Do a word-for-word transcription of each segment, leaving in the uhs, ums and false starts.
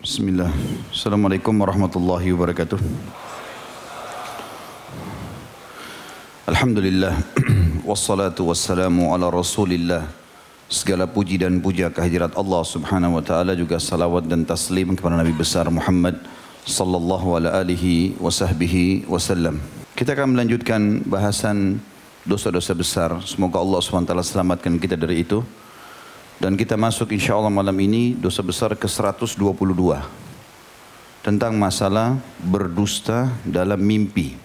Bismillah. Assalamualaikum warahmatullahi wabarakatuh. Alhamdulillah. Wassalatu wassalamu ala rasulillah. Segala puji dan puja kehadirat Allah subhanahu wa ta'ala, juga salawat dan taslim kepada Nabi besar Muhammad sallallahu ala alihi wa sahbihi wasallam. Kita akan melanjutkan bahasan dosa-dosa besar. Semoga Allah subhanahu wa ta'ala selamatkan kita dari itu. Dan kita masuk insya Allah malam ini dosa besar ke seratus dua puluh dua. Tentang masalah berdusta dalam mimpi.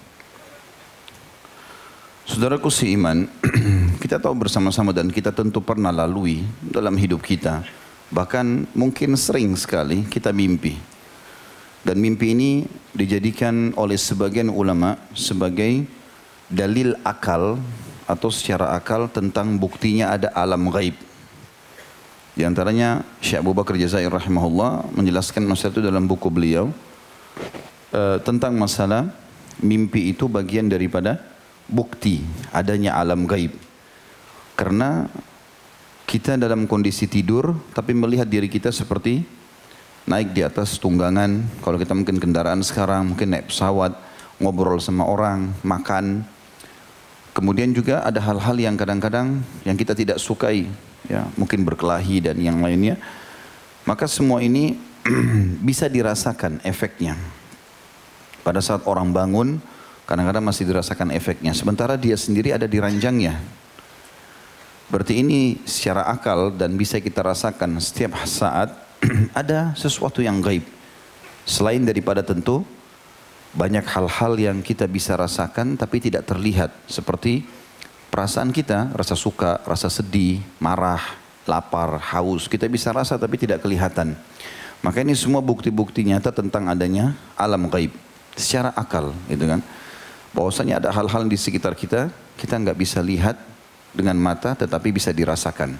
Saudaraku seiman, kita tahu bersama-sama dan kita tentu pernah lalui dalam hidup kita. Bahkan mungkin sering sekali kita mimpi. Dan mimpi ini dijadikan oleh sebagian ulama sebagai dalil akal atau secara akal tentang buktinya ada alam gaib. Di antaranya Syekh Abu Bakar Jazair rahimahullah menjelaskan masalah itu dalam buku beliau e, tentang masalah mimpi itu bagian daripada bukti adanya alam gaib. Karena kita dalam kondisi tidur tapi melihat diri kita seperti naik di atas tunggangan. Kalau kita mungkin kendaraan sekarang, mungkin naik pesawat, ngobrol sama orang, makan. Kemudian juga ada hal-hal yang kadang-kadang yang kita tidak sukai. Ya, mungkin berkelahi dan yang lainnya. Maka semua ini bisa dirasakan efeknya. Pada saat orang bangun, kadang-kadang masih dirasakan efeknya. Sementara dia sendiri ada di ranjangnya. Berarti ini secara akal dan bisa kita rasakan setiap saat ada sesuatu yang gaib. Selain daripada tentu banyak hal-hal yang kita bisa rasakan tapi tidak terlihat. Seperti perasaan kita, rasa suka, rasa sedih, marah, lapar, haus, kita bisa rasa tapi tidak kelihatan. Maka ini semua bukti-bukti nyata tentang adanya alam gaib secara akal, gitu kan? Bahwasanya ada hal-hal di sekitar kita, kita nggak bisa lihat dengan mata, tetapi bisa dirasakan.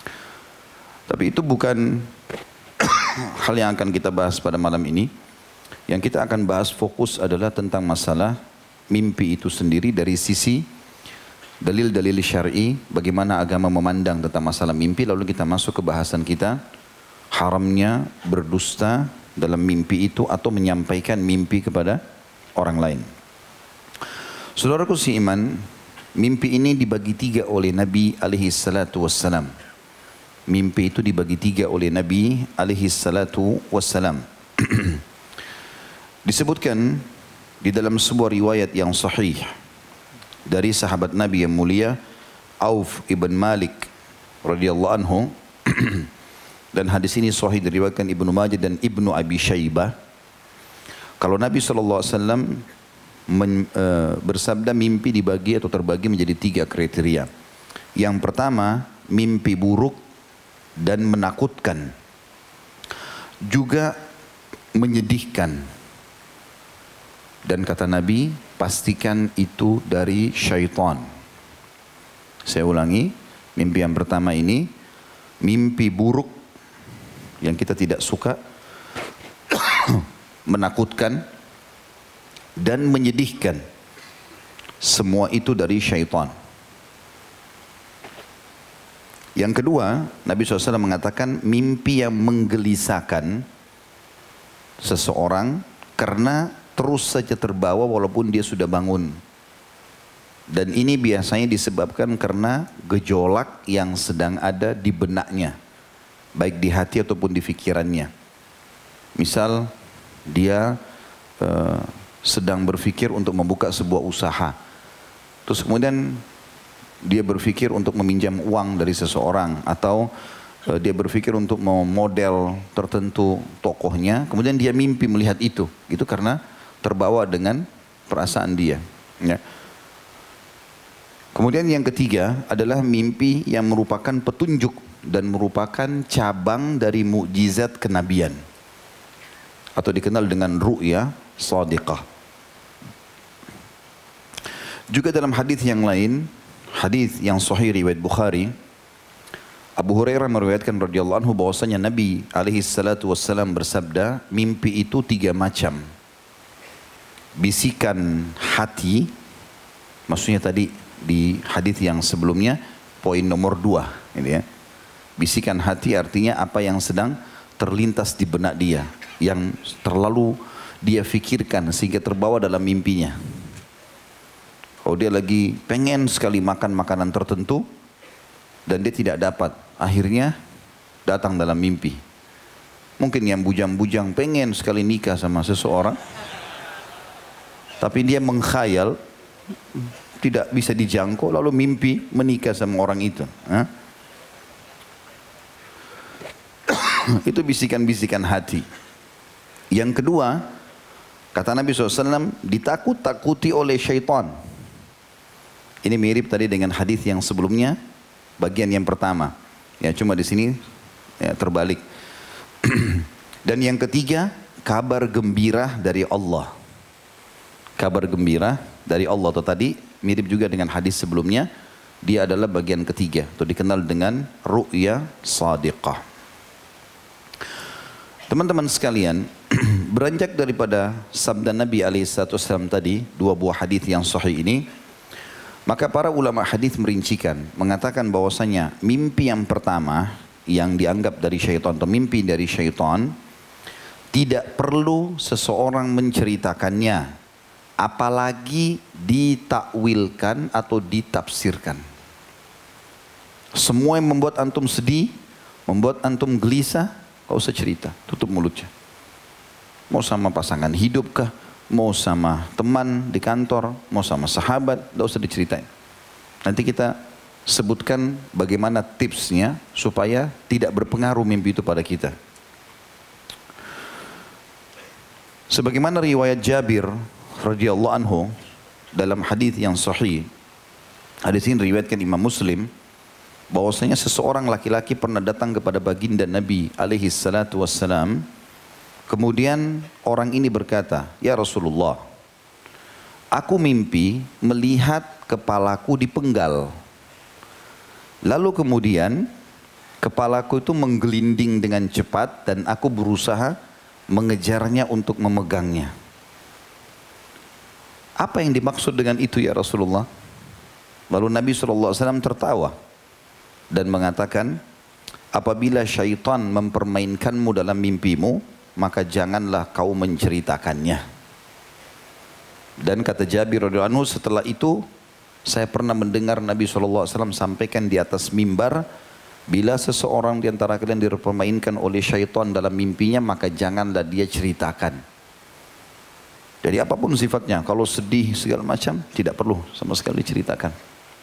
Tapi itu bukan hal yang akan kita bahas pada malam ini. Yang kita akan bahas fokus adalah tentang masalah mimpi itu sendiri dari sisi dalil-dalil syar'i, bagaimana agama memandang tentang masalah mimpi. Lalu kita masuk ke bahasan kita, haramnya berdusta dalam mimpi itu atau menyampaikan mimpi kepada orang lain. Saudaraku seiman, mimpi ini dibagi tiga oleh Nabi alaihi salatu wassalam. Mimpi itu dibagi tiga oleh Nabi alaihi salatu wassalam. Disebutkan di dalam sebuah riwayat yang sahih dari sahabat Nabi yang mulia Auf ibn Malik radhiyallahu anhu dan hadis ini sahih diriwayatkan Ibnu Majah dan Ibnu Abi Syaibah. Kalau Nabi sallallahu alaihi wasallam men, e, bersabda mimpi dibagi atau terbagi menjadi tiga kriteria. Yang pertama mimpi buruk dan menakutkan, juga menyedihkan. Dan kata Nabi, pastikan itu dari syaitan. Saya ulangi, mimpi yang pertama ini, mimpi buruk yang kita tidak suka, menakutkan, dan menyedihkan. Semua itu dari syaitan. Yang kedua, Nabi shallallahu alaihi wasallam mengatakan mimpi yang menggelisahkan seseorang karena terus saja terbawa walaupun dia sudah bangun. Dan ini biasanya disebabkan karena gejolak yang sedang ada di benaknya, baik di hati ataupun di pikirannya. Misal dia uh, sedang berpikir untuk membuka sebuah usaha, terus kemudian dia berpikir untuk meminjam uang dari seseorang, atau uh, dia berpikir untuk memodel tertentu tokohnya, kemudian dia mimpi melihat itu. Itu karena terbawa dengan perasaan dia. Ya. Kemudian yang ketiga adalah mimpi yang merupakan petunjuk dan merupakan cabang dari mukjizat kenabian atau dikenal dengan ru'ya shadiqah. Juga dalam hadis yang lain, hadis yang sahih riwayat Bukhari, Abu Hurairah meriwayatkan radhiyallahu anhu bahwasanya Nabi alaihi salatu wassalam bersabda, mimpi itu tiga macam. Bisikan hati, maksudnya tadi di hadis yang sebelumnya poin nomor dua, ini ya. Bisikan hati artinya apa yang sedang terlintas di benak dia yang terlalu dia fikirkan sehingga terbawa dalam mimpinya. Kalau dia lagi pengen sekali makan makanan tertentu dan dia tidak dapat, akhirnya datang dalam mimpi. Mungkin yang bujang-bujang pengen sekali nikah sama seseorang, tapi dia mengkhayal tidak bisa dijangkau, lalu mimpi menikah sama orang itu. Hah? Itu bisikan-bisikan hati. Yang kedua, kata Nabi shallallahu alaihi wasallam, ditakut-takuti oleh syaitan. Ini mirip tadi dengan hadis yang sebelumnya, bagian yang pertama. Ya, cuma di sini ya, terbalik. Dan yang ketiga, kabar gembira dari Allah. Kabar gembira dari Allah itu tadi mirip juga dengan hadis sebelumnya. Dia adalah bagian ketiga, atau dikenal dengan ru'ya sadiqah. Teman-teman sekalian, beranjak daripada sabda Nabi alaihi wasallam tadi, dua buah hadis yang sahih ini, maka para ulama hadis merincikan, mengatakan bahwasanya mimpi yang pertama yang dianggap dari syaitan atau mimpi dari syaitan tidak perlu seseorang menceritakannya, apalagi ditakwilkan atau ditafsirkan. Semua yang membuat antum sedih, membuat antum gelisah, gak usah cerita, tutup mulutnya. Mau sama pasangan hidup kah? Mau sama teman di kantor, mau sama sahabat, tidak usah diceritain. Nanti kita sebutkan bagaimana tipsnya supaya tidak berpengaruh mimpi itu pada kita. Sebagaimana riwayat Jabir radhiyallahu anhu dalam hadis yang sahih, hadis ini riwayatkan Imam Muslim, bahwasanya seseorang laki-laki pernah datang kepada baginda Nabi alaihi salatu wassalam. Kemudian orang ini berkata, "Ya Rasulullah, aku mimpi melihat kepalaku dipenggal. Lalu kemudian kepalaku itu menggelinding dengan cepat dan aku berusaha mengejarnya untuk memegangnya. Apa yang dimaksud dengan itu ya Rasulullah?" Lalu Nabi shallallahu alaihi wasallam tertawa dan mengatakan, "Apabila syaitan mempermainkanmu dalam mimpimu, maka janganlah kau menceritakannya." Dan kata Jabir radhiyallahu anhu, setelah itu saya pernah mendengar Nabi shallallahu alaihi wasallam sampaikan di atas mimbar, bila seseorang di antara kalian dipermainkan oleh syaitan dalam mimpinya, maka janganlah dia ceritakan. Jadi apapun sifatnya, kalau sedih segala macam, tidak perlu sama sekali ceritakan.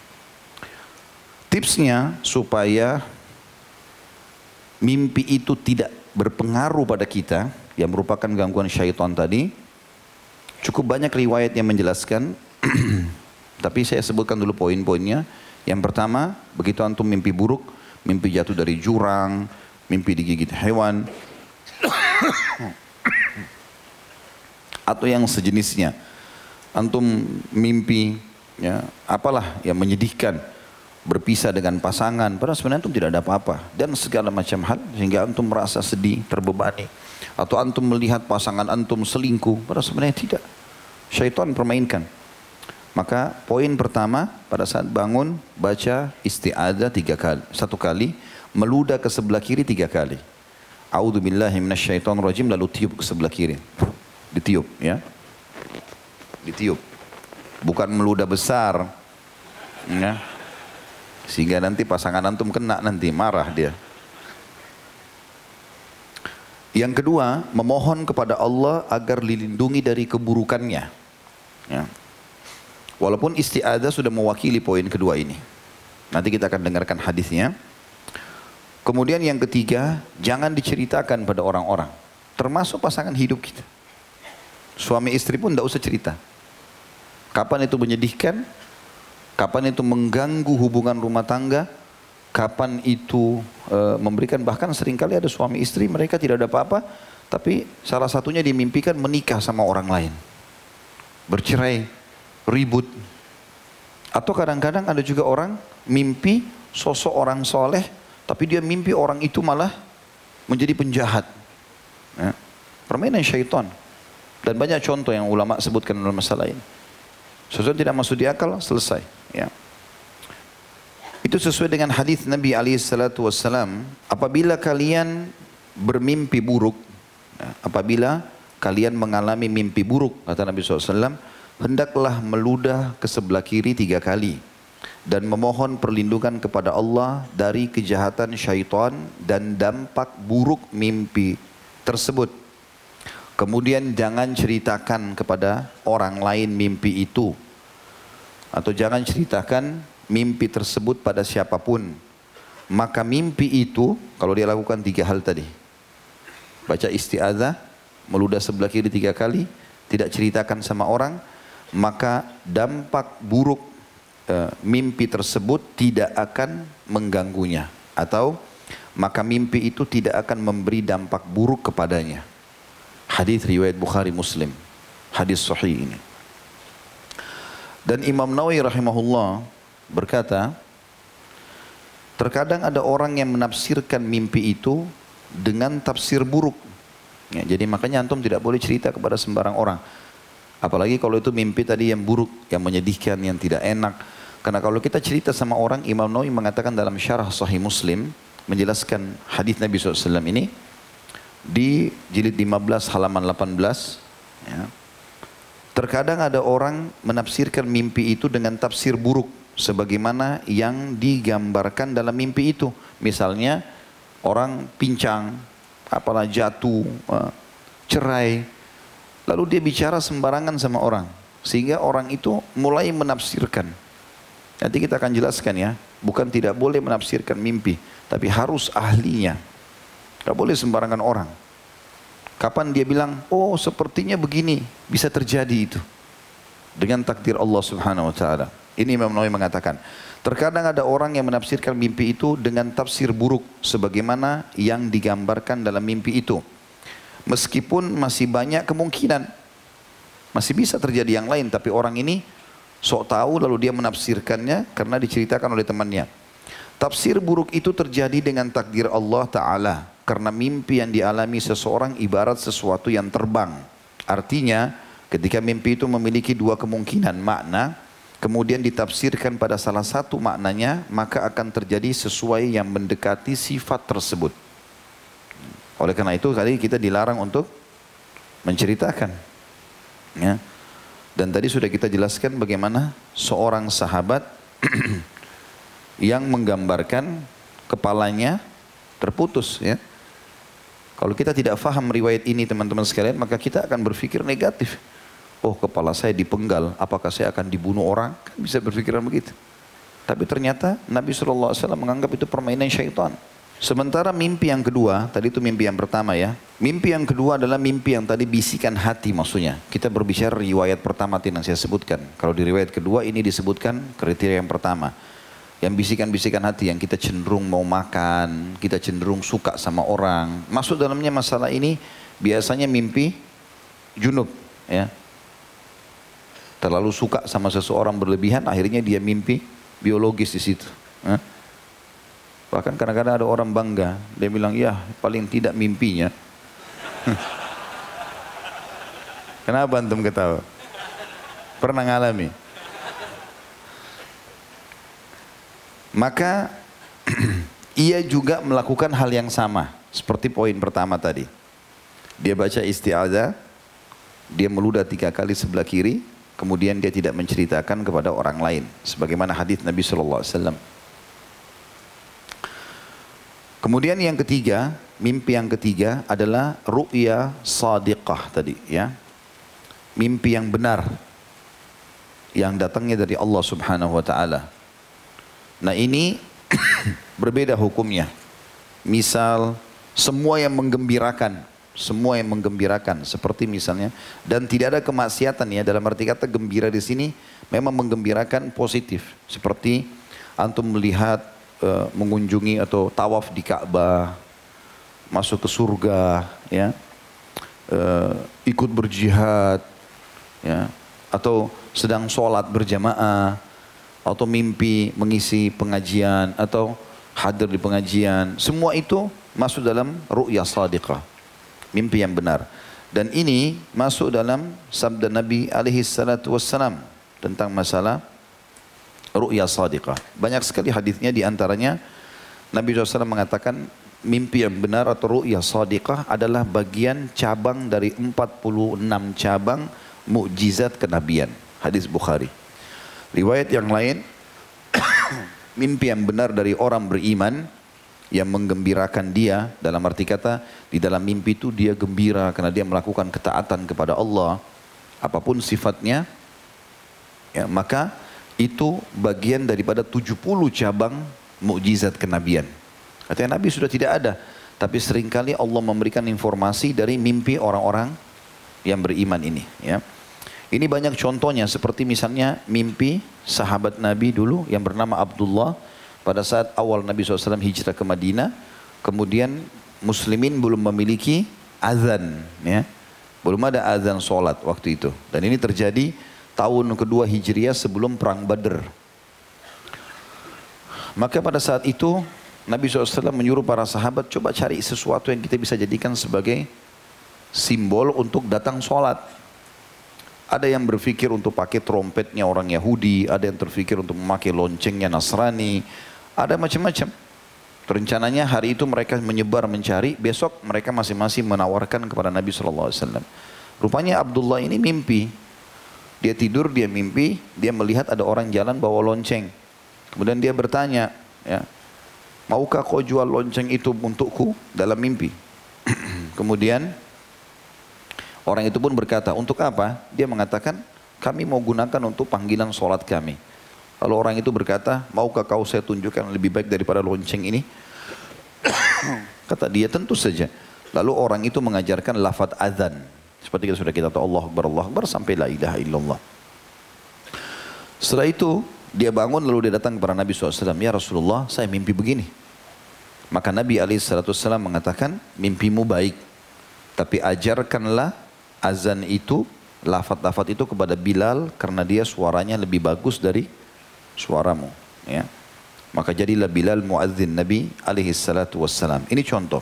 Tipsnya supaya mimpi itu tidak berpengaruh pada kita, yang merupakan gangguan syaitan tadi, cukup banyak riwayat yang menjelaskan, tapi saya sebutkan dulu poin-poinnya. Yang pertama, begitu antum mimpi buruk, mimpi jatuh dari jurang, mimpi digigit hewan, atau yang sejenisnya, antum mimpi ya, apalah yang menyedihkan, berpisah dengan pasangan, padahal sebenarnya antum tidak ada apa-apa, dan segala macam hal sehingga antum merasa sedih, terbebani. Atau antum melihat pasangan antum selingkuh, padahal sebenarnya tidak, syaitan permainkan. Maka poin pertama, pada saat bangun baca isti'adzah tiga kali, satu kali, meludah ke sebelah kiri tiga kali, a'udzubillahi minasyaitonirrajim, lalu tiup ke sebelah kiri, ditiup ya, ditiup, bukan meludah besar ya, sehingga nanti pasangan antum kena, nanti marah dia. Yang kedua, memohon kepada Allah agar dilindungi dari keburukannya ya. Walaupun isti'adzah sudah mewakili poin kedua ini, nanti kita akan dengarkan hadisnya. Kemudian yang ketiga, jangan diceritakan pada orang-orang, termasuk pasangan hidup kita. Suami istri pun tidak usah cerita. Kapan itu menyedihkan, kapan itu mengganggu hubungan rumah tangga, kapan itu e, memberikan, bahkan seringkali ada suami istri mereka tidak ada apa-apa, tapi salah satunya dimimpikan menikah sama orang lain, bercerai, ribut. Atau kadang-kadang ada juga orang mimpi sosok orang soleh, tapi dia mimpi orang itu malah menjadi penjahat ya. Permainan syaitan. Dan banyak contoh yang ulama sebutkan dalam masalah ini. Sesuatu tidak masuk di akal, selesai ya. Itu sesuai dengan hadis Nabi alaihi salatu wassalam, apabila kalian bermimpi buruk, apabila kalian mengalami mimpi buruk, kata Nabi shallallahu alaihi wasallam, hendaklah meludah ke sebelah kiri tiga kali dan memohon perlindungan kepada Allah dari kejahatan syaitan dan dampak buruk mimpi tersebut. Kemudian jangan ceritakan kepada orang lain mimpi itu, atau jangan ceritakan mimpi tersebut pada siapapun. Maka mimpi itu, kalau dia lakukan tiga hal tadi, baca isti'adzah, meludah sebelah kiri tiga kali, tidak ceritakan sama orang, maka dampak buruk e, mimpi tersebut tidak akan mengganggunya, atau maka mimpi itu tidak akan memberi dampak buruk kepadanya. Hadis riwayat Bukhari Muslim, hadis sahih ini. Dan Imam Nawawi rahimahullah berkata, terkadang ada orang yang menafsirkan mimpi itu dengan tafsir buruk. Ya, jadi makanya antum tidak boleh cerita kepada sembarang orang. Apalagi kalau itu mimpi tadi yang buruk, yang menyedihkan, yang tidak enak. Karena kalau kita cerita sama orang, Imam Nawawi mengatakan dalam syarah Sahih Muslim, menjelaskan hadis Nabi shallallahu alaihi wasallam ini, di jilid lima belas halaman delapan belas, ya, terkadang ada orang menafsirkan mimpi itu dengan tafsir buruk, sebagaimana yang digambarkan dalam mimpi itu. Misalnya orang pincang, apalah jatuh, cerai, lalu dia bicara sembarangan sama orang, sehingga orang itu mulai menafsirkan. Nanti kita akan jelaskan ya, bukan tidak boleh menafsirkan mimpi, tapi harus ahlinya. Tidak boleh sembarangan orang. Kapan dia bilang, oh sepertinya begini, bisa terjadi itu. Dengan takdir Allah subhanahu wa ta'ala. Ini Imam Nawawi mengatakan, terkadang ada orang yang menafsirkan mimpi itu dengan tafsir buruk, sebagaimana yang digambarkan dalam mimpi itu. Meskipun masih banyak kemungkinan, masih bisa terjadi yang lain, tapi orang ini sok tahu lalu dia menafsirkannya karena diceritakan oleh temannya. Tafsir buruk itu terjadi dengan takdir Allah Ta'ala, karena mimpi yang dialami seseorang ibarat sesuatu yang terbang. Artinya ketika mimpi itu memiliki dua kemungkinan makna, kemudian ditafsirkan pada salah satu maknanya, maka akan terjadi sesuai yang mendekati sifat tersebut. Oleh karena itu tadi kita dilarang untuk menceritakan, ya. Dan tadi sudah kita jelaskan bagaimana seorang sahabat yang menggambarkan kepalanya terputus, ya. Kalau kita tidak faham riwayat ini teman-teman sekalian, maka kita akan berpikir negatif. Oh, kepala saya dipenggal, apakah saya akan dibunuh orang? Kan bisa berpikiran begitu. Tapi ternyata Nabi shallallahu alaihi wasallam menganggap itu permainan syaitan. Sementara mimpi yang kedua, tadi itu mimpi yang pertama ya. Mimpi yang kedua adalah mimpi yang tadi bisikan hati maksudnya. Kita berbicara riwayat pertama yang saya sebutkan. Kalau di riwayat kedua ini disebutkan kriteria yang pertama. Yang bisikan-bisikan hati, yang kita cenderung mau makan, kita cenderung suka sama orang. Masuk dalamnya masalah ini biasanya mimpi junub, ya. Terlalu suka sama seseorang berlebihan, akhirnya dia mimpi biologis di situ. Ya. Bahkan kadang-kadang ada orang bangga, dia bilang, ya paling tidak mimpinya. Kenapa antum ketawa? Pernah ngalami? Maka ia juga melakukan hal yang sama seperti poin pertama tadi. Dia baca isti'adzah, dia meludah tiga kali sebelah kiri, kemudian dia tidak menceritakan kepada orang lain, sebagaimana hadis Nabi shallallahu alaihi wasallam. Kemudian yang ketiga, mimpi yang ketiga adalah ru'ya sadiqah tadi, ya, mimpi yang benar, yang datangnya dari Allah Subhanahu Wa Taala. Nah ini berbeda hukumnya. Misal semua yang menggembirakan, semua yang menggembirakan, seperti misalnya, dan tidak ada kemaksiatan ya, dalam arti kata gembira di sini memang menggembirakan positif, seperti antum melihat uh, mengunjungi atau tawaf di Ka'bah, masuk ke surga, ya, uh, ikut berjihad, ya, atau sedang sholat berjamaah, atau mimpi mengisi pengajian atau hadir di pengajian, semua itu masuk dalam ru'ya sadiqah, mimpi yang benar. Dan ini masuk dalam sabda Nabi alaihi salatu wassalam tentang masalah ru'ya sadiqah. Banyak sekali hadisnya, di antaranya Nabi shallallahu alaihi wasallam mengatakan mimpi yang benar atau ru'ya shadiqah adalah bagian cabang dari empat puluh enam cabang mukjizat kenabian. Hadis Bukhari. Riwayat yang lain, mimpi yang benar dari orang beriman yang menggembirakan dia, dalam arti kata di dalam mimpi itu dia gembira karena dia melakukan ketaatan kepada Allah, apapun sifatnya, ya, maka itu bagian daripada tujuh puluh cabang mukjizat kenabian. Artinya Nabi sudah tidak ada, tapi seringkali Allah memberikan informasi dari mimpi orang-orang yang beriman ini. Ya. Ini banyak contohnya, seperti misalnya mimpi sahabat Nabi dulu yang bernama Abdullah pada saat awal Nabi shallallahu alaihi wasallam hijrah ke Madinah, kemudian muslimin belum memiliki azan, ya. Belum ada azan sholat waktu itu. Dan ini terjadi tahun kedua Hijriah sebelum perang Badr. Maka pada saat itu Nabi shallallahu alaihi wasallam menyuruh para sahabat, coba cari sesuatu yang kita bisa jadikan sebagai simbol untuk datang sholat. Ada yang berpikir untuk pakai trompetnya orang Yahudi, ada yang terpikir untuk memakai loncengnya Nasrani, ada macam-macam. Rencananya hari itu mereka menyebar mencari, besok mereka masing-masing menawarkan kepada Nabi shallallahu alaihi wasallam. Rupanya Abdullah ini mimpi. Dia tidur, dia mimpi, dia melihat ada orang jalan bawa lonceng. Kemudian dia bertanya, ya, maukah kau jual lonceng itu untukku dalam mimpi? Kemudian orang itu pun berkata, untuk apa? Dia mengatakan, kami mau gunakan untuk panggilan sholat kami. Lalu orang itu berkata, maukah kau saya tunjukkan lebih baik daripada lonceng ini? Kata dia, tentu saja. Lalu orang itu mengajarkan lafaz azan. Seperti kita sudah kita tahu, Allah Akbar, Allah Akbar, sampai la ilaha illallah. Setelah itu, dia bangun lalu dia datang kepada Nabi shallallahu alaihi wasallam. Ya Rasulullah, saya mimpi begini. Maka Nabi shallallahu alaihi wasallam mengatakan, mimpimu baik. Tapi ajarkanlah azan itu, lafaz-lafaz itu kepada Bilal. Karena dia suaranya lebih bagus dari suaramu. Ya. Maka jadilah Bilal muadzin Nabi alaihissalatu wassalam. Ini contoh.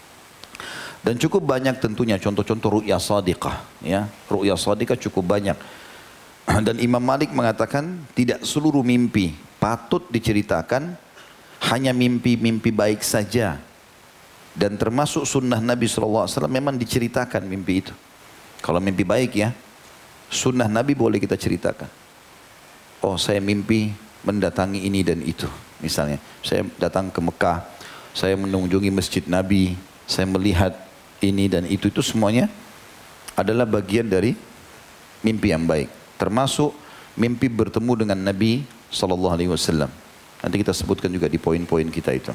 Dan cukup banyak tentunya contoh-contoh ru'ya shadiqah. Ya. Ru'ya shadiqah cukup banyak. Dan Imam Malik mengatakan tidak seluruh mimpi patut diceritakan, hanya mimpi-mimpi baik saja. Dan termasuk sunnah Nabi shallallahu alaihi wasallam memang diceritakan mimpi itu. Kalau mimpi baik ya, sunnah Nabi boleh kita ceritakan. Oh saya mimpi mendatangi ini dan itu. Misalnya saya datang ke Mekah, saya mengunjungi masjid Nabi, saya melihat ini dan itu. Itu semuanya adalah bagian dari mimpi yang baik. Termasuk mimpi bertemu dengan Nabi shallallahu alaihi wasallam. Nanti kita sebutkan juga di poin-poin kita itu.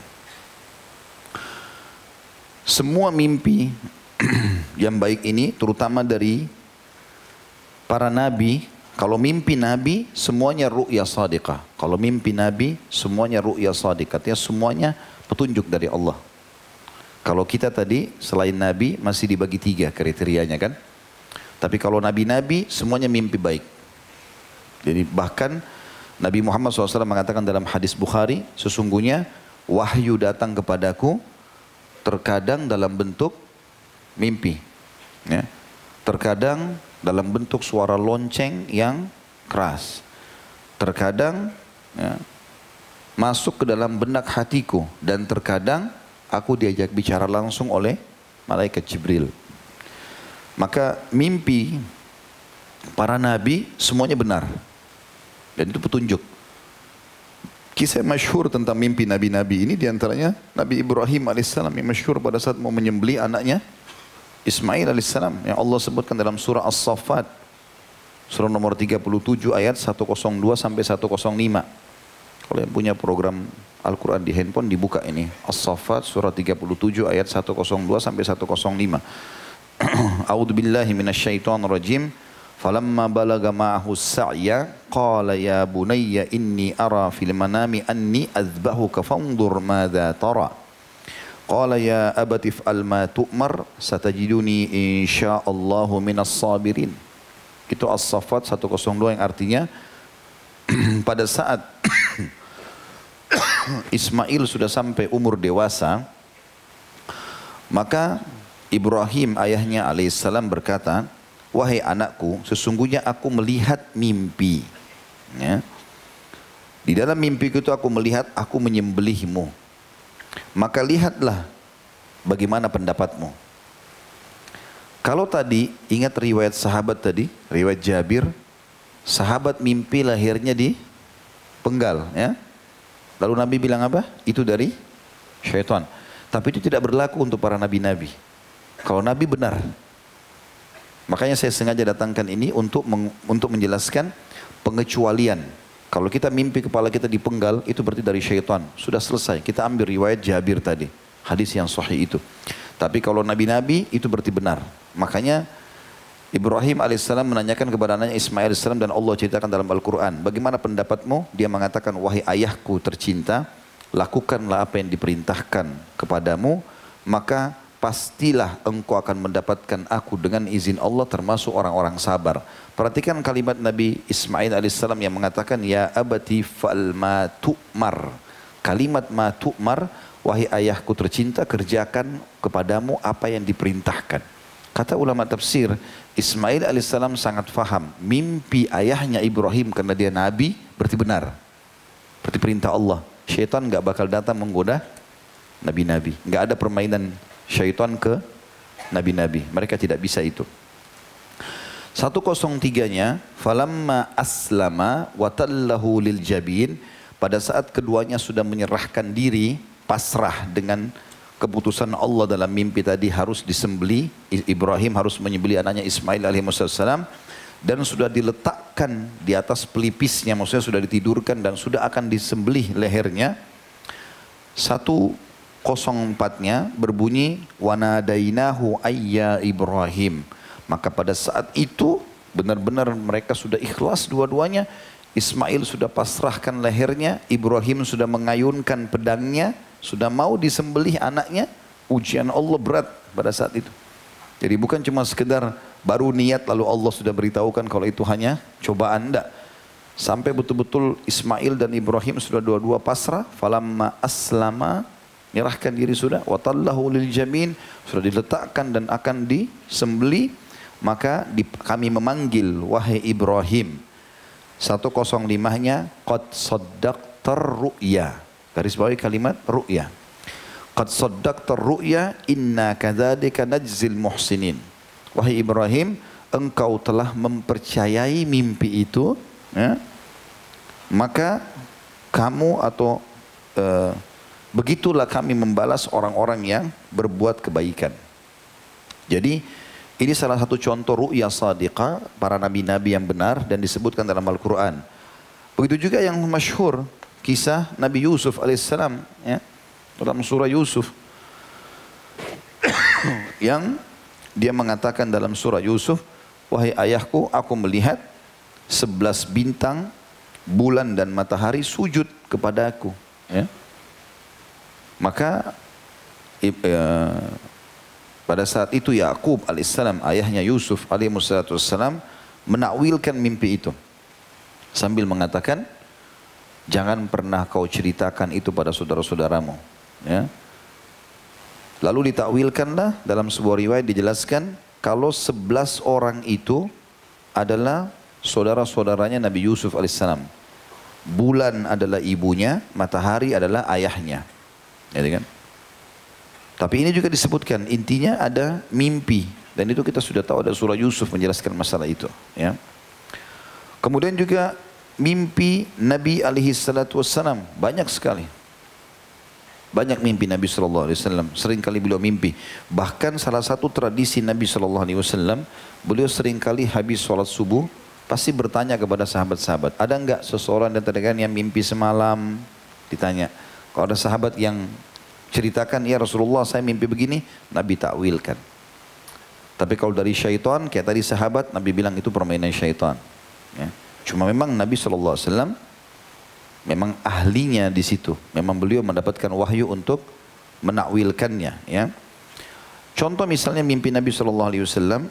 Semua mimpi yang baik ini terutama dari para nabi. Kalau mimpi nabi semuanya ru'ya shadiqah. Kalau mimpi nabi semuanya ru'ya shadiqah. Artinya semuanya petunjuk dari Allah. Kalau kita tadi selain nabi masih dibagi tiga kriterianya kan. Tapi kalau nabi-nabi semuanya mimpi baik. Jadi bahkan Nabi Muhammad shallallahu alaihi wasallam mengatakan dalam hadis Bukhari, sesungguhnya wahyu datang kepadaku terkadang dalam bentuk mimpi. Ya. Terkadang dalam bentuk suara lonceng yang keras. Terkadang ya, masuk ke dalam benak hatiku. Dan terkadang aku diajak bicara langsung oleh malaikat Jibril. Maka mimpi para nabi semuanya benar. Dan itu petunjuk. Kisah masyhur tentang mimpi nabi-nabi ini diantaranya Nabi Ibrahim alaihissalam yang masyhur pada saat mau menyembelih anaknya Ismail alaihissalam. Yang Allah sebutkan dalam surah As-Saffat. Surah nomor tiga puluh tujuh ayat seratus dua sampai seratus lima. Kalau yang punya program Al-Quran di handphone dibuka ini. As-Saffat surah tiga puluh tujuh ayat seratus dua sampai seratus lima. A'udzu billahi minasyaitonir rajim. Falamma balaga ma'ahu as-sa'ya qala ya bunayya inni ara fil manami anni azbahuka fanzur madza tara. Qala ya abati if'al ma tu'mar satajiduni insyaallahu minas sabirin. Itu As-Saffat seratus dua yang artinya pada saat Ismail sudah sampai umur dewasa, maka Ibrahim ayahnya alaihissalam berkata, wahai anakku, sesungguhnya aku melihat mimpi. Ya. Di dalam mimpiku itu aku melihat aku menyembelihmu. Maka lihatlah bagaimana pendapatmu? Kalau tadi ingat riwayat sahabat tadi, riwayat Jabir, sahabat mimpi lahirnya di penggal, ya. Lalu Nabi bilang apa? Itu dari syaitan. Tapi itu tidak berlaku untuk para nabi-nabi. Kalau Nabi benar. Makanya saya sengaja datangkan ini untuk meng, untuk menjelaskan pengecualian. Kalau kita mimpi kepala kita dipenggal, itu berarti dari syaitan. Sudah selesai. Kita ambil riwayat Jabir tadi. Hadis yang sahih itu. Tapi kalau nabi-nabi, itu berarti benar. Makanya Ibrahim alaihissalam menanyakan kepada anaknya Ismail alaihissalam dan Allah ceritakan dalam Al-Quran. Bagaimana pendapatmu? Dia mengatakan, wahai ayahku tercinta, lakukanlah apa yang diperintahkan kepadamu, maka pastilah engkau akan mendapatkan aku dengan izin Allah termasuk orang-orang sabar. Perhatikan kalimat Nabi Ismail alaihissalam yang mengatakan, ya abati fa'al ma tu'mar. Kalimat ma tu'mar, wahai ayahku tercinta, kerjakan kepadamu apa yang diperintahkan. Kata ulama tafsir, Ismail alaihissalam sangat faham mimpi ayahnya Ibrahim karena dia nabi berarti benar. Berarti perintah Allah. Syaitan nggak bakal datang menggoda nabi-nabi. Nggak ada permainan syaitan ke nabi-nabi. Mereka tidak bisa itu. seratus tiga-nya, falamma aslama wa tallahu lil jabin, pada saat keduanya sudah menyerahkan diri, pasrah dengan keputusan Allah dalam mimpi tadi harus disembeli, Ibrahim harus menyembeli anaknya Ismail alaihissalam, dan sudah diletakkan di atas pelipisnya, maksudnya sudah ditidurkan dan sudah akan disembelih lehernya. seratus empat-nya berbunyi wanadainahu ayya Ibrahim. Maka pada saat itu benar-benar mereka sudah ikhlas dua-duanya. Ismail sudah pasrahkan lehernya, Ibrahim sudah mengayunkan pedangnya, sudah mau disembelih anaknya. Ujian Allah berat pada saat itu. Jadi bukan cuma sekedar baru niat lalu Allah sudah beritahukan kalau itu hanya cobaan, enggak. Sampai betul-betul Ismail dan Ibrahim sudah dua-dua pasrah. Falamma aslama, menyerahkan diri sudah. Watallahu lil jamin, sudah diletakkan dan akan disembelih. Maka di, kami memanggil wahai Ibrahim. seratus lima-nya qad saddaqtar ru'ya. Garis bawahi kalimat ru'ya. Qad saddaqtar ru'ya inna kadzalika najzil muhsinin. Wahai Ibrahim, engkau telah mempercayai mimpi itu, ya? Maka kamu atau uh, begitulah kami membalas orang-orang yang berbuat kebaikan. Jadi ini salah satu contoh ru'ya sadiqah para nabi-nabi yang benar dan disebutkan dalam Al-Quran. Begitu juga yang masyhur kisah Nabi Yusuf alaihissalam, ya, dalam surah Yusuf yang dia mengatakan dalam surah Yusuf, wahai ayahku, aku melihat sebelas bintang, bulan dan matahari sujud kepada aku. Ya. Maka uh, pada saat itu Yakub alaihissalam, ayahnya Yusuf alaihissalam, menakwilkan mimpi itu sambil mengatakan, jangan pernah kau ceritakan itu pada saudara-saudaramu. Ya. Lalu ditakwilkanlah dalam sebuah riwayat dijelaskan kalau sebelas orang itu adalah saudara-saudaranya Nabi Yusuf alaihissalam. Bulan adalah ibunya, matahari adalah ayahnya. Jadi kan? Tapi ini juga disebutkan intinya ada mimpi dan itu kita sudah tahu, ada surah Yusuf menjelaskan masalah itu. Ya. Kemudian juga mimpi Nabi alaihi salatu wassalam banyak sekali. Banyak mimpi Nabi sallallahu alaihi wasallam. Sering kali beliau mimpi. Bahkan salah satu tradisi Nabi sallallahu alaihi wasallam, beliau sering kali habis sholat subuh pasti bertanya kepada sahabat-sahabat, ada enggak seseorang dan terdengar yang mimpi semalam? Ditanya. Kalau ada sahabat yang ceritakan, ya Rasulullah saya mimpi begini, Nabi takwilkan. Tapi kalau dari syaitan, kayak tadi sahabat, Nabi bilang itu permainan syaitan. Ya. Cuma memang Nabi shallallahu alaihi wasallam memang ahlinya di situ. Memang beliau mendapatkan wahyu untuk menakwilkannya. Ya. Contoh misalnya mimpi Nabi shallallahu alaihi wasallam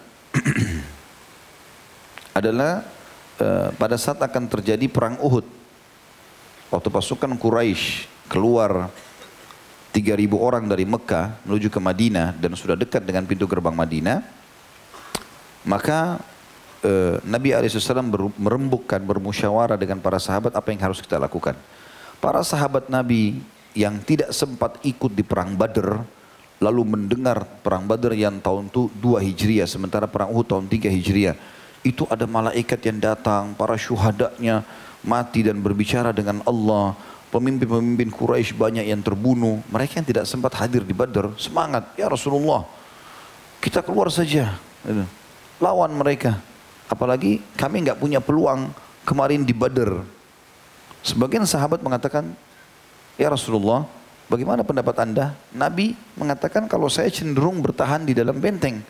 adalah uh, pada saat akan terjadi perang Uhud. Waktu pasukan Quraisy keluar tiga ribu orang dari Mekah menuju ke Madinah dan sudah dekat dengan pintu gerbang Madinah, maka eh, Nabi alaihi wasallam merembukkan, bermusyawarah dengan para sahabat apa yang harus kita lakukan. Para sahabat Nabi yang tidak sempat ikut di perang Badr lalu mendengar perang Badar yang tahun itu dua Hijriah, sementara perang Uhud tahun tiga Hijriah. Itu ada malaikat yang datang, para syuhadanya mati dan berbicara dengan Allah. Pemimpin-pemimpin Quraisy banyak yang terbunuh. Mereka yang tidak sempat hadir di Badar, semangat, ya Rasulullah, kita keluar saja, lawan mereka. Apalagi kami nggak punya peluang kemarin di Badar. Sebagian sahabat mengatakan, ya Rasulullah, bagaimana pendapat anda? Nabi mengatakan kalau saya cenderung bertahan di dalam benteng.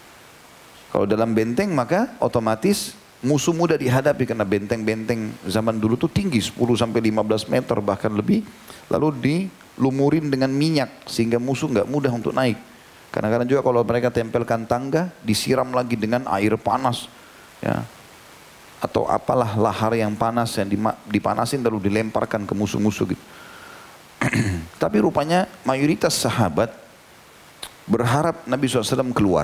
Kalau dalam benteng maka otomatis musuh mudah dihadapi karena benteng-benteng zaman dulu tuh tinggi sepuluh sampai lima belas meter bahkan lebih. Lalu dilumurin dengan minyak sehingga musuh nggak mudah untuk naik. Kadang-kadang juga kalau mereka tempelkan tangga disiram lagi dengan air panas. Ya, atau apalah lahar yang panas yang dipanasin lalu dilemparkan ke musuh-musuh gitu. Tapi rupanya mayoritas sahabat berharap Nabi shallallahu alaihi wasallam keluar.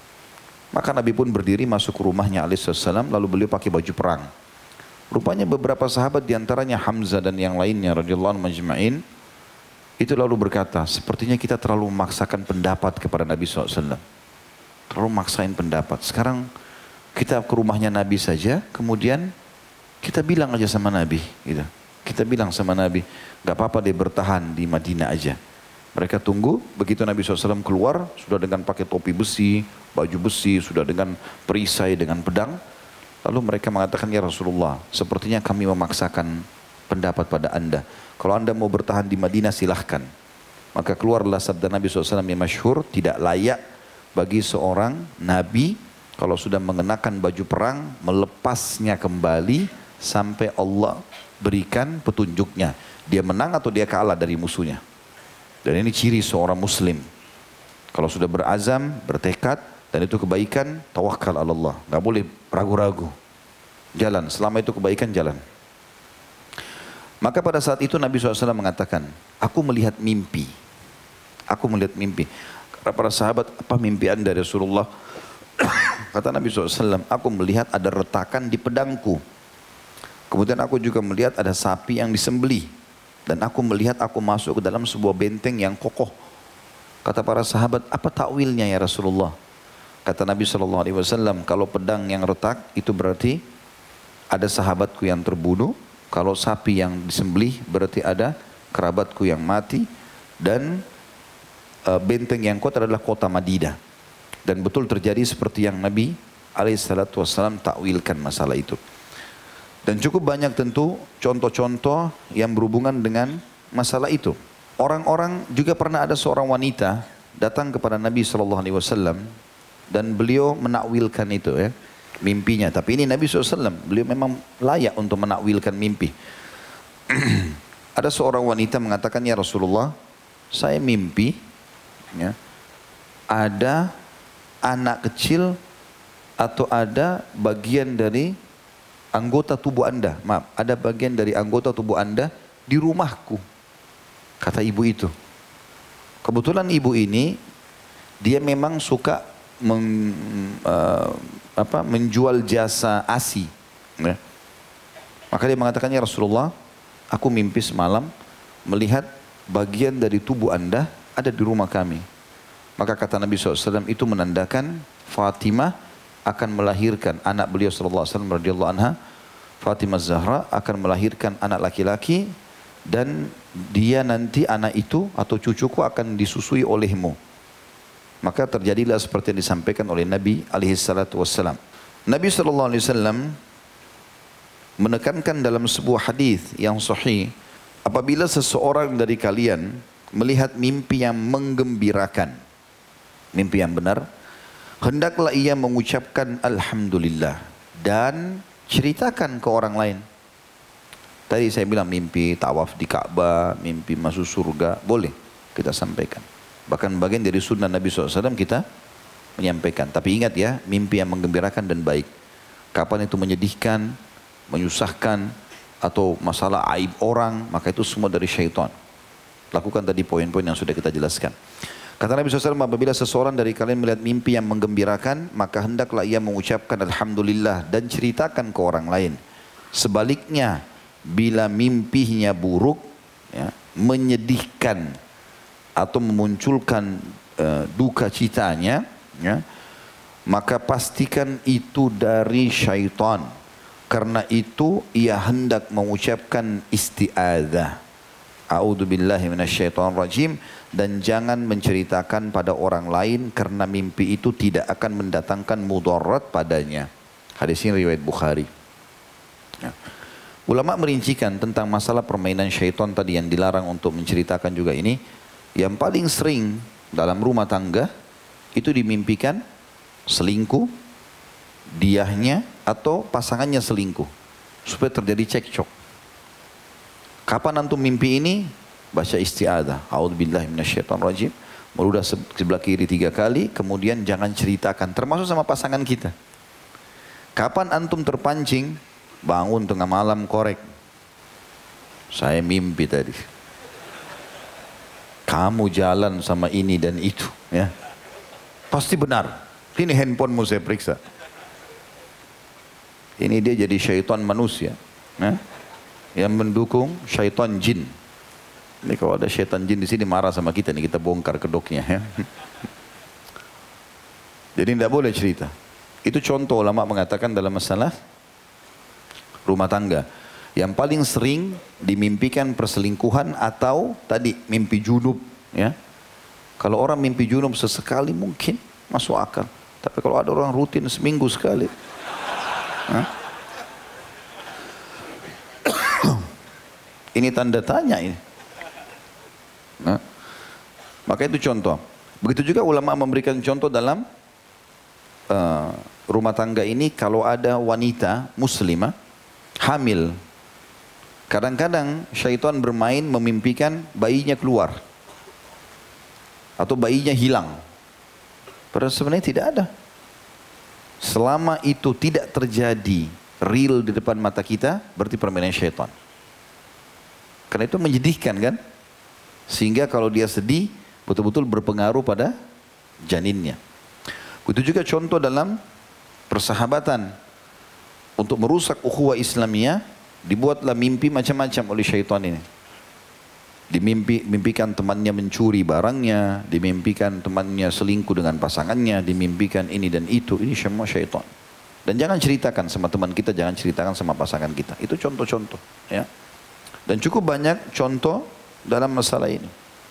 Maka Nabi pun berdiri masuk ke rumahnya alaihi wasallam lalu beliau pakai baju perang. Rupanya beberapa sahabat diantaranya Hamzah dan yang lainnya radhiyallahu anhum majma'in itu lalu berkata, sepertinya kita terlalu memaksakan pendapat kepada Nabi shallallahu alaihi wasallam. Terlalu maksain pendapat. Sekarang kita ke rumahnya Nabi saja, kemudian kita bilang aja sama Nabi, gitu. Kita bilang sama Nabi, gak apa-apa dia bertahan di Madinah aja. Mereka tunggu, begitu Nabi shallallahu alaihi wasallam keluar, sudah dengan pakai topi besi, baju besi, sudah dengan perisai, dengan pedang. Lalu mereka mengatakan, ya Rasulullah, sepertinya kami memaksakan pendapat pada anda. Kalau anda mau bertahan di Madinah silahkan. Maka keluarlah sabda Nabi shallallahu alaihi wasallam yang masyhur, tidak layak bagi seorang Nabi kalau sudah mengenakan baju perang, melepasnya kembali sampai Allah berikan petunjuknya. Dia menang atau dia kalah dari musuhnya. Dan ini ciri seorang muslim. Kalau sudah berazam, bertekad, dan itu kebaikan, tawakal ala Allah. Gak boleh ragu-ragu. Jalan, selama itu kebaikan jalan. Maka pada saat itu Nabi shallallahu alaihi wasallam mengatakan, aku melihat mimpi. Aku melihat mimpi. Karena para sahabat, apa mimpi anda Rasulullah? Kata Nabi shallallahu alaihi wasallam, aku melihat ada retakan di pedangku. Kemudian aku juga melihat ada sapi yang disembelih. Dan aku melihat aku masuk ke dalam sebuah benteng yang kokoh. Kata para sahabat, apa takwilnya ya Rasulullah? Kata Nabi shallallahu alaihi wasallam, kalau pedang yang retak itu berarti ada sahabatku yang terbunuh. Kalau sapi yang disembelih berarti ada kerabatku yang mati. Dan e, benteng yang kuat adalah kota Madinah. Dan betul terjadi seperti yang Nabi alaihi salatu wassalam takwilkan masalah itu. Dan cukup banyak tentu contoh-contoh yang berhubungan dengan masalah itu. Orang-orang juga pernah ada seorang wanita datang kepada Nabi shallallahu alaihi wasallam dan beliau menakwilkan itu ya, mimpinya. Tapi ini Nabi shallallahu alaihi wasallam, beliau memang layak untuk menakwilkan mimpi. Ada seorang wanita mengatakan, ya Rasulullah, saya mimpi ya, ada anak kecil atau ada bagian dari anggota tubuh anda, maaf, ada bagian dari anggota tubuh anda di rumahku, kata ibu itu. Kebetulan ibu ini dia memang suka meng, uh, apa, menjual jasa A S I ya. Maka dia mengatakan, ya Rasulullah, aku mimpi semalam melihat bagian dari tubuh anda ada di rumah kami. Maka kata Nabi shallallahu alaihi wasallam, itu menandakan Fatimah akan melahirkan anak beliau shallallahu alaihi wasallam radhiyallahu anha. Fatimah Zahra akan melahirkan anak laki-laki dan dia nanti anak itu atau cucuku akan disusui olehmu. Maka terjadilah seperti yang disampaikan oleh Nabi alaihi salatu wassalam. Nabi shallallahu alaihi wasallam menekankan dalam sebuah hadis yang sahih, apabila seseorang dari kalian melihat mimpi yang menggembirakan, mimpi yang benar, hendaklah ia mengucapkan alhamdulillah dan ceritakan ke orang lain. Tadi saya bilang mimpi tawaf di Ka'bah, mimpi masuk surga, boleh kita sampaikan. Bahkan bagian dari sunnah Nabi shallallahu alaihi wasallam kita menyampaikan. Tapi ingat ya, mimpi yang menggembirakan dan baik. Kapan itu menyedihkan, menyusahkan, atau masalah aib orang, maka itu semua dari syaitan. Lakukan tadi poin-poin yang sudah kita jelaskan. Kata Nabi shallallahu alaihi wasallam, apabila seseorang dari kalian melihat mimpi yang menggembirakan, maka hendaklah ia mengucapkan alhamdulillah dan ceritakan ke orang lain. Sebaliknya, bila mimpinya buruk, ya, menyedihkan, atau memunculkan uh, duka citanya, ya, maka pastikan itu dari syaitan. Karena itu ia hendak mengucapkan isti'adzah. A'udzubillahi minasyaitonirrajim. Dan jangan menceritakan pada orang lain karena mimpi itu tidak akan mendatangkan mudarat padanya. Hadis ini riwayat Bukhari. Ya. Ulama merincikan tentang masalah permainan syaitan tadi yang dilarang untuk menceritakan juga ini. Yang paling sering dalam rumah tangga itu dimimpikan selingkuh, diahnya atau pasangannya selingkuh. Supaya terjadi cekcok. Kapan antum mimpi ini? Baca isti'adzah. A'udzubillahi minasyaitonirrajim. Meludah sebelah kiri tiga kali. Kemudian jangan ceritakan. Termasuk sama pasangan kita. Kapan antum terpancing? Bangun tengah malam korek. Saya mimpi tadi. Kamu jalan sama ini dan itu. Ya. Pasti benar. Ini handphonemu saya periksa. Ini dia jadi syaitan manusia. Ya. Yang mendukung syaitan jin. Ini kalau ada syaitan jin di sini marah sama kita nih, kita bongkar kedoknya ya. Jadi tidak boleh cerita. Itu contoh ulama mengatakan dalam masalah rumah tangga. Yang paling sering dimimpikan perselingkuhan atau tadi mimpi junub ya. Kalau orang mimpi junub sesekali mungkin masuk akal. Tapi kalau ada orang rutin seminggu sekali. Ini tanda tanya ini. Nah, maka itu contoh. Begitu juga ulama memberikan contoh dalam uh, rumah tangga ini kalau ada wanita muslimah hamil. Kadang-kadang syaitan bermain memimpikan bayinya keluar. Atau bayinya hilang. Padahal sebenarnya tidak ada. Selama itu tidak terjadi real di depan mata kita, berarti permainan syaitan. Karena itu menyedihkan kan? Sehingga kalau dia sedih, betul-betul berpengaruh pada janinnya. Begitu juga contoh dalam persahabatan. Untuk merusak ukhuwah Islamiyah, dibuatlah mimpi macam-macam oleh syaitan ini. Dimimpi, mimpikan temannya mencuri barangnya, dimimpikan temannya selingkuh dengan pasangannya, dimimpikan ini dan itu. Ini semua syaitan. Dan jangan ceritakan sama teman kita, jangan ceritakan sama pasangan kita. Itu contoh-contoh. Ya. Dan cukup banyak contoh dalam masalah ini.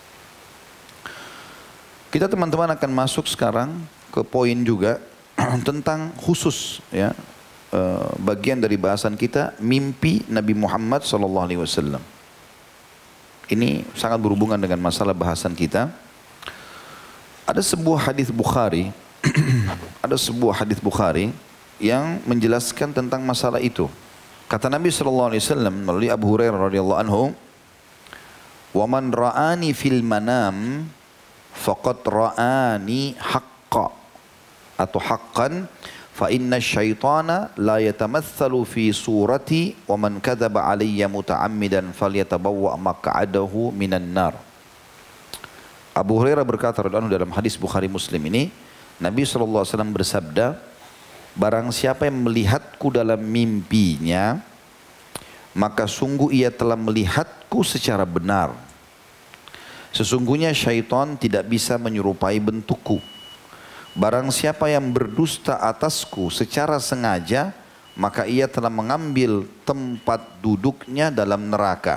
Kita teman-teman akan masuk sekarang ke poin juga tentang khusus ya bagian dari bahasan kita mimpi Nabi Muhammad sallallahu alaihi wasallam. Ini sangat berhubungan dengan masalah bahasan kita. Ada sebuah hadis Bukhari, ada sebuah hadis Bukhari yang menjelaskan tentang masalah itu. Kata Nabi sallallahu alaihi wasallam melalui Abu Hurairah radhiyallahu anhu, "Wa man ra'ani fil manam faqad ra'ani haqqa atau haqqan fa inna syaitana la yatamatsalu fi surati wa man kadzaba alayya muta'ammidan falyatabawwa maq'adahu minan nar." Abu Hurairah berkata dalam hadis Bukhari Muslim ini, Nabi sallallahu alaihi wasallam bersabda, "Barang siapa yang melihatku dalam mimpinya, maka sungguh ia telah melihatku secara benar. Sesungguhnya syaitan tidak bisa menyerupai bentukku. Barang siapa yang berdusta atasku secara sengaja, maka ia telah mengambil tempat duduknya dalam neraka."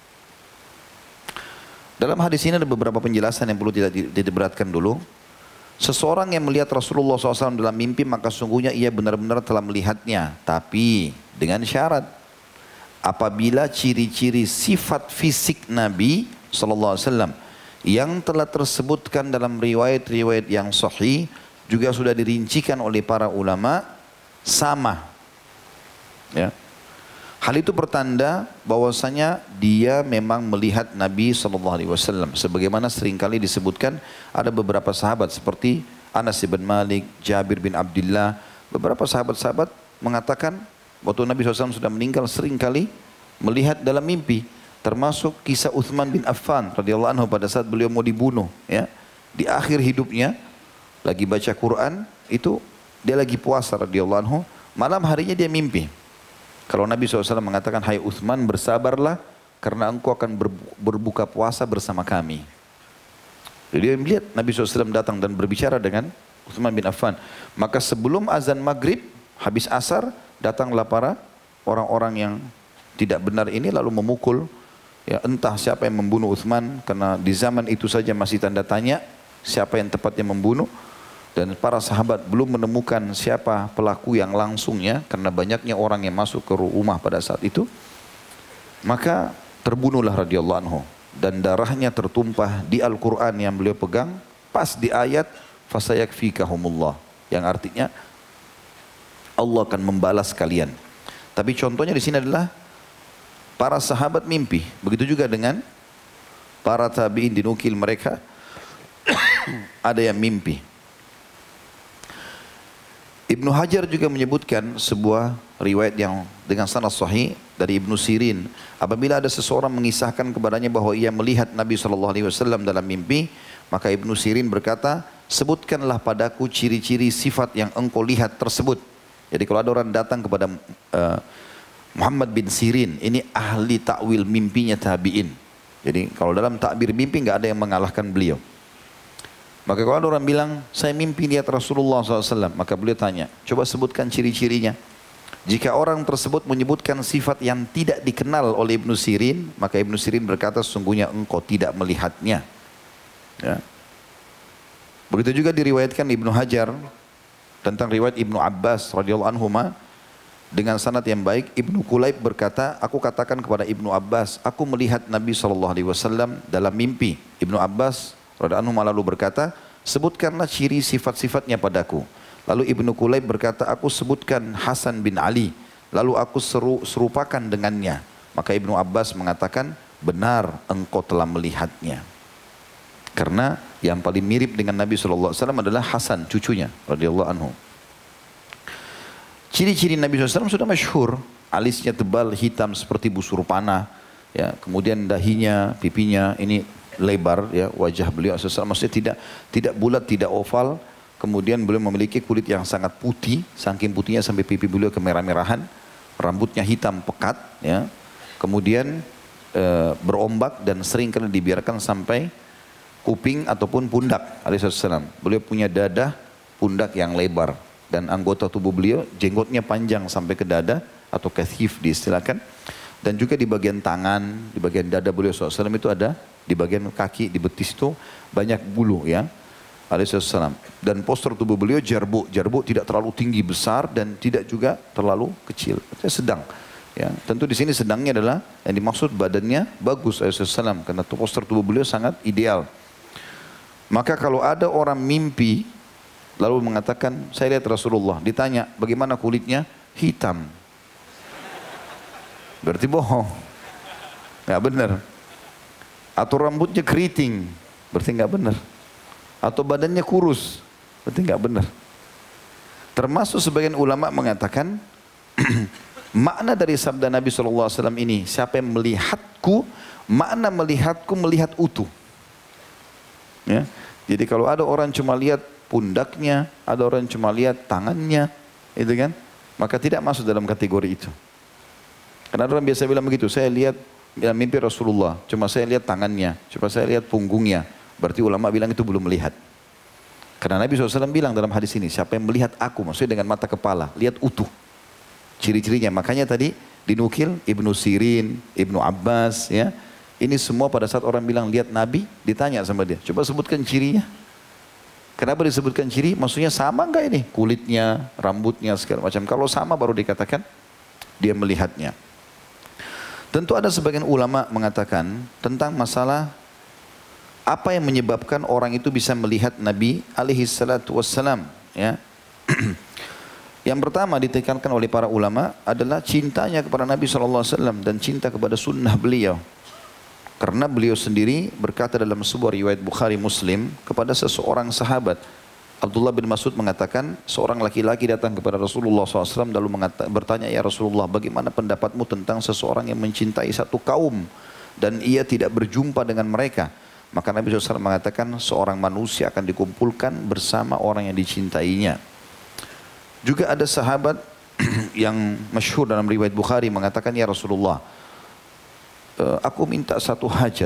Dalam hadis ini ada beberapa penjelasan yang perlu tidak diberatkan dulu. Seseorang yang melihat Rasulullah shallallahu alaihi wasallam dalam mimpi, maka sungguhnya ia benar-benar telah melihatnya. Tapi dengan syarat. Apabila ciri-ciri sifat fisik Nabi sallallahu alaihi wasallam yang telah tersebutkan dalam riwayat-riwayat yang sahih juga sudah dirincikan oleh para ulama sama. Ya. Hal itu pertanda bahwasanya dia memang melihat Nabi sallallahu alaihi wasallam. Sebagaimana seringkali disebutkan ada beberapa sahabat seperti Anas bin Malik, Jabir bin Abdullah, beberapa sahabat-sahabat mengatakan waktu Nabi shallallahu alaihi wasallam sudah meninggal seringkali melihat dalam mimpi. Termasuk kisah Uthman bin Affan radhiyallahu anhu pada saat beliau mau dibunuh. Ya. Di akhir hidupnya, lagi baca Quran, itu dia lagi puasa radhiyallahu anhu. Malam harinya dia mimpi. Kalau Nabi shallallahu alaihi wasallam mengatakan, "Hai Uthman, bersabarlah karena engkau akan berbuka puasa bersama kami." Jadi dia melihat Nabi shallallahu alaihi wasallam datang dan berbicara dengan Utsman bin Affan. Maka sebelum azan maghrib, habis asar, datanglah para orang-orang yang tidak benar ini lalu memukul. Ya, entah siapa yang membunuh Utsman, karena di zaman itu saja masih tanda tanya siapa yang tepatnya membunuh. Dan para sahabat belum menemukan siapa pelaku yang langsungnya, karena banyaknya orang yang masuk ke rumah pada saat itu. Maka terbunuhlah radhiyallahu anhu. Dan darahnya tertumpah di Al-Quran yang beliau pegang, pas di ayat fasayakfikahumullah, yang artinya Allah akan membalas kalian. Tapi contohnya di sini adalah para sahabat mimpi. Begitu juga dengan para tabi'in, dinukil mereka ada yang mimpi. Ibnu Hajar juga menyebutkan sebuah riwayat yang dengan sanad sahih dari Ibnu Sirin. Apabila ada seseorang mengisahkan kepadanya bahwa ia melihat Nabi shallallahu alaihi wasallam dalam mimpi, maka Ibnu Sirin berkata, sebutkanlah padaku ciri-ciri sifat yang engkau lihat tersebut. Jadi kalau ada orang datang kepada uh, Muhammad bin Sirin, ini ahli takwil mimpinya tabi'in. Jadi kalau dalam takbir mimpi nggak ada yang mengalahkan beliau. Maka kalau ada orang bilang, saya mimpi lihat Rasulullah shallallahu alaihi wasallam, maka beliau tanya, coba sebutkan ciri-cirinya. Jika orang tersebut menyebutkan sifat yang tidak dikenal oleh Ibnu Sirin, maka Ibnu Sirin berkata, sesungguhnya engkau tidak melihatnya. Ya. Begitu juga diriwayatkan Ibnu Hajar tentang riwayat Ibnu Abbas radhiyallahu anhuma dengan sanad yang baik. Ibnu Kulaib berkata, aku katakan kepada Ibnu Abbas, aku melihat Nabi shallallahu alaihi wasallam dalam mimpi. Ibnu Abbas radhiyallahu anhu lalu berkata, sebutkanlah ciri sifat-sifatnya padaku. Lalu Ibnu Kulaib berkata, aku sebutkan Hasan bin Ali, lalu aku seru, serupakan dengannya. Maka Ibnu Abbas mengatakan, benar engkau telah melihatnya. Karena yang paling mirip dengan Nabi shallallahu alaihi wasallam adalah Hasan, cucunya radhiyallahu anhu. Ciri-ciri Nabi shallallahu alaihi wasallam sudah masyhur. Alisnya tebal, hitam seperti busur panah. Ya, kemudian dahinya, pipinya ini lebar, ya, wajah beliau shallallahu alaihi wasallam maksudnya tidak tidak bulat, tidak oval. Kemudian beliau memiliki kulit yang sangat putih, saking putihnya sampai pipi beliau kemerah-merahan. Rambutnya hitam pekat, ya. Kemudian e, berombak dan sering kali dibiarkan sampai kuping ataupun pundak alaihissalam. Beliau punya dada, pundak yang lebar, dan anggota tubuh beliau jenggotnya panjang sampai ke dada atau kathif diistilahkan. Dan juga di bagian tangan, di bagian dada beliau shallallahu alaihi wasallam itu ada, di bagian kaki, di betis itu banyak bulu, ya, alaihissalam. Dan postur tubuh beliau jarbuk, jarbuk tidak terlalu tinggi besar dan tidak juga terlalu kecil, sedang. Ya, tentu di sini sedangnya adalah yang dimaksud badannya bagus alaihissalam, karena postur tubuh beliau sangat ideal. Maka kalau ada orang mimpi lalu mengatakan, saya lihat Rasulullah, ditanya bagaimana kulitnya, hitam, berarti bohong, nggak benar. Atau rambutnya keriting, berarti nggak benar. Atau badannya kurus, berarti nggak benar. Termasuk sebagian ulama mengatakan makna dari sabda Nabi shallallahu alaihi wasallam ini, siapa yang melihatku, makna melihatku melihat utuh. Ya. Jadi kalau ada orang cuma lihat pundaknya, ada orang cuma lihat tangannya, itu kan, maka tidak masuk dalam kategori itu. Karena orang biasa bilang begitu, saya lihat ya, mimpi Rasulullah, cuma saya lihat tangannya, cuma saya lihat punggungnya. Berarti ulama bilang itu belum melihat. Karena Nabi shallallahu alaihi wasallam bilang dalam hadis ini, siapa yang melihat aku, maksudnya dengan mata kepala, lihat utuh. Ciri-cirinya, makanya tadi dinukil Ibnu Sirin, Ibnu Abbas, ya. Ini semua pada saat orang bilang lihat Nabi, ditanya sama dia, coba sebutkan cirinya. Kenapa disebutkan ciri? Maksudnya sama enggak ini? Kulitnya, rambutnya, segala macam. Kalau sama baru dikatakan dia melihatnya. Tentu ada sebagian ulama mengatakan tentang masalah apa yang menyebabkan orang itu bisa melihat Nabi alaihi salatu wassalam. Ya. Yang pertama ditekankan oleh para ulama adalah cintanya kepada Nabi shallallahu alaihi wasallam dan cinta kepada sunnah beliau. Karena beliau sendiri berkata dalam sebuah riwayat Bukhari Muslim kepada seseorang sahabat. Abdullah bin Mas'ud mengatakan, seorang laki-laki datang kepada Rasulullah shallallahu alaihi wasallam lalu bertanya, ya Rasulullah, bagaimana pendapatmu tentang seseorang yang mencintai satu kaum dan ia tidak berjumpa dengan mereka? Maka Nabi shallallahu alaihi wasallam mengatakan, seorang manusia akan dikumpulkan bersama orang yang dicintainya. Juga ada sahabat yang masyhur dalam riwayat Bukhari mengatakan, ya Rasulullah, aku minta satu hajat,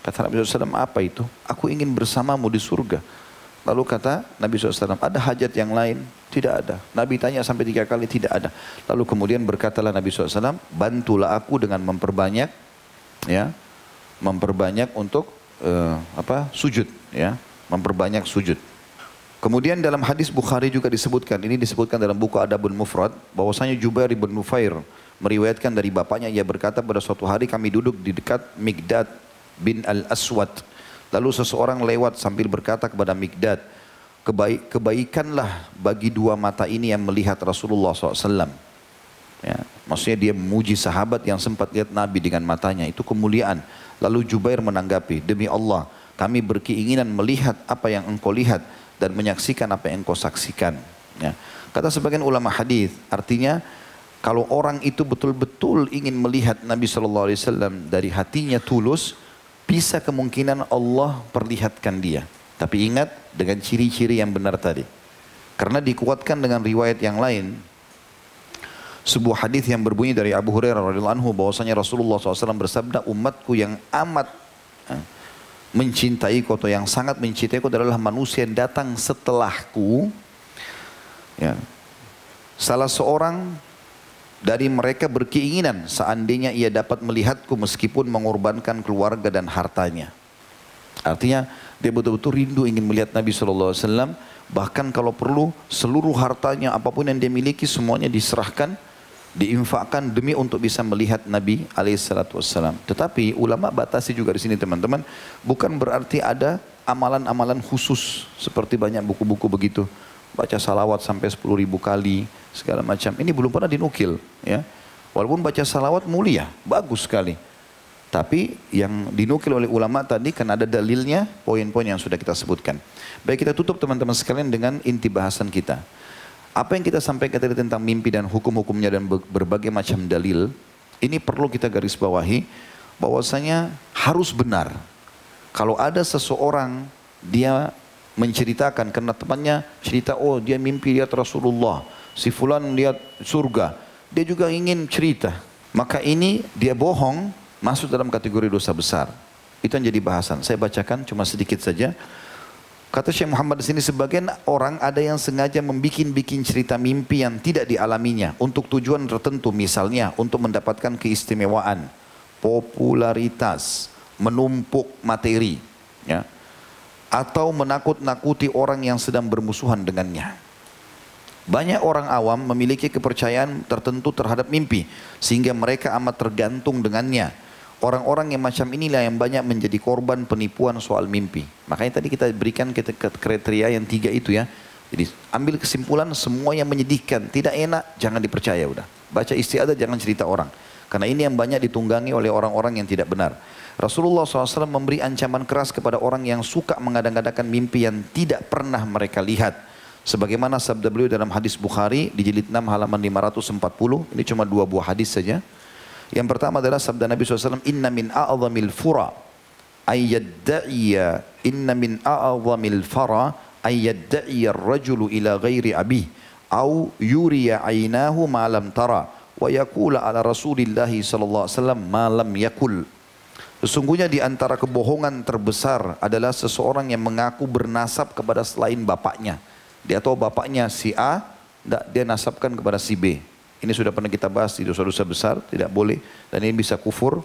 Kata Nabi shallallahu alaihi wasallam, apa itu? Aku ingin bersamamu di surga. Lalu kata Nabi shallallahu alaihi wasallam, ada hajat yang lain? Tidak ada. Nabi tanya sampai tiga kali, tidak ada. Lalu kemudian berkatalah Nabi shallallahu alaihi wasallam, bantulah aku dengan memperbanyak, ya, memperbanyak untuk uh, apa? Sujud, ya, memperbanyak sujud. Kemudian dalam hadis Bukhari juga disebutkan, ini disebutkan dalam buku Adabul Mufrad, bahwasanya Jubair bin Nufair meriwayatkan dari bapaknya, ia berkata, pada suatu hari kami duduk di dekat Mikdad bin Al-Aswad. Lalu seseorang lewat sambil berkata kepada Mikdad, Kebaik, kebaikanlah bagi dua mata ini yang melihat Rasulullah shallallahu alaihi wasallam. Ya, maksudnya dia memuji sahabat yang sempat lihat Nabi dengan matanya, itu kemuliaan. Lalu Jubair menanggapi, demi Allah, kami berkeinginan melihat apa yang engkau lihat dan menyaksikan apa yang engkau saksikan. Ya. Kata sebagian ulama hadis, artinya kalau orang itu betul-betul ingin melihat Nabi shallallahu alaihi wasallam dari hatinya tulus, bisa kemungkinan Allah perlihatkan dia. Tapi ingat dengan ciri-ciri yang benar tadi. Karena dikuatkan dengan riwayat yang lain. Sebuah hadis yang berbunyi dari Abu Hurairah radhiyallahu anhu bahwasanya Rasulullah shallallahu alaihi wasallam bersabda, umatku yang amat eh, mencintaiku atau yang sangat mencintaiku adalah manusia yang datang setelahku. Ya. Salah seorang dari mereka berkeinginan seandainya ia dapat melihatku meskipun mengorbankan keluarga dan hartanya. Artinya dia betul-betul rindu ingin melihat Nabi shallallahu alaihi wasallam. Bahkan kalau perlu seluruh hartanya apapun yang dia miliki semuanya diserahkan, diinfakkan demi untuk bisa melihat Nabi alaihi salatu wassalam. Tetapi ulama batasi juga di sini teman-teman. Bukan berarti ada amalan-amalan khusus seperti banyak buku-buku begitu. Baca salawat sampai sepuluh ribu kali, segala macam. Ini belum pernah dinukil. Ya. Walaupun baca salawat mulia, bagus sekali. Tapi yang dinukil oleh ulama tadi, karena ada dalilnya, poin-poin yang sudah kita sebutkan. Baik, kita tutup teman-teman sekalian dengan inti bahasan kita. Apa yang kita sampaikan tadi tentang mimpi dan hukum-hukumnya dan berbagai macam dalil, ini perlu kita garis bawahi, bahwasanya harus benar. Kalau ada seseorang, dia menceritakan karena temannya cerita, oh dia mimpi lihat Rasulullah, si fulan lihat surga, dia juga ingin cerita, maka ini dia bohong, masuk dalam kategori dosa besar. Itu yang jadi bahasan. Saya bacakan cuma sedikit saja. Kata Syekh Muhammad di sini, sebagian orang ada yang sengaja membikin-bikin cerita mimpi yang tidak dialaminya untuk tujuan tertentu, misalnya untuk mendapatkan keistimewaan, popularitas, menumpuk materi, ya, atau menakut-nakuti orang yang sedang bermusuhan dengannya. Banyak orang awam memiliki kepercayaan tertentu terhadap mimpi, sehingga mereka amat tergantung dengannya. Orang-orang yang macam inilah yang banyak menjadi korban penipuan soal mimpi. Makanya tadi kita berikan kriteria yang tiga itu ya. Jadi ambil kesimpulan, semua yang menyedihkan, tidak enak, jangan dipercaya udah. Baca istiadah, jangan cerita orang. Karena ini yang banyak ditunggangi oleh orang-orang yang tidak benar. Rasulullah shallallahu alaihi wasallam memberi ancaman keras kepada orang yang suka mengadang-adangkan mimpi yang tidak pernah mereka lihat. Sebagaimana sabda beliau dalam hadis Bukhari di jilid enam halaman lima ratus empat puluh. Ini cuma dua buah hadis saja. Yang pertama adalah sabda Nabi shallallahu alaihi wasallam, Inna min a'zamil fura ayyadda'iya Inna min a'zamil fara ayyadda'iya ar-rajulu ila ghairi abih au yuriya aynahu ma lam tara wa yakula ala rasulillahi sallallahu alaihi wasallam ma lam yakul. Sesungguhnya di antara kebohongan terbesar adalah seseorang yang mengaku bernasab kepada selain bapaknya. Dia tahu bapaknya si A, dia nasabkan kepada si B. Ini sudah pernah kita bahas di dosa-dosa besar, tidak boleh, dan ini bisa kufur.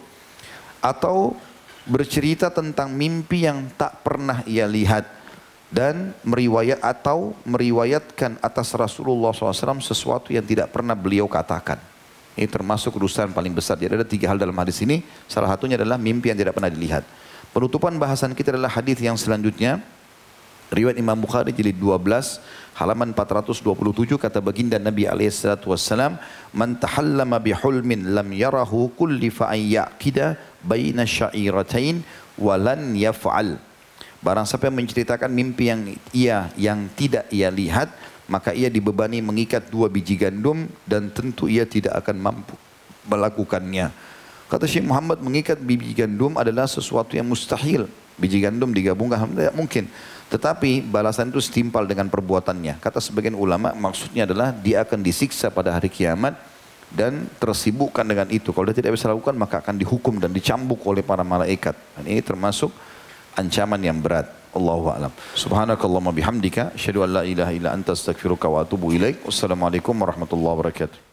Atau bercerita tentang mimpi yang tak pernah ia lihat dan meriwayat atau meriwayatkan atas Rasulullah shallallahu alaihi wasallam sesuatu yang tidak pernah beliau katakan. Ini termasuk kedustaan paling besar. Jadi ada tiga hal dalam hadis ini. Salah satunya adalah mimpi yang tidak pernah dilihat. Penutupan bahasan kita adalah hadis yang selanjutnya. Riwayat Imam Bukhari jilid dua belas halaman empat ratus dua puluh tujuh, kata baginda Nabi alaihi salatu wassalam, "Man tahallama bihulmin lam yarahu kullifa an ya'kida baina sya'iratain wa lan yaf'al." Barang siapa yang menceritakan mimpi yang ia yang tidak ia lihat, maka ia dibebani mengikat dua biji gandum dan tentu ia tidak akan mampu melakukannya. Kata Syekh Muhammad, mengikat biji gandum adalah sesuatu yang mustahil. Biji gandum digabungkan tidak mungkin. Tetapi balasan itu setimpal dengan perbuatannya. Kata sebagian ulama, maksudnya adalah dia akan disiksa pada hari kiamat dan tersibukkan dengan itu. Kalau dia tidak bisa lakukan maka akan dihukum dan dicambuk oleh para malaikat. Dan ini termasuk ancaman yang berat. Allahu a'lam. Subhanakallahumma bihamdika asyhadu an la ilaha illa anta astaghfiruka wa atubu ilaik. Wassalamualaikum warahmatullahi wabarakatuh.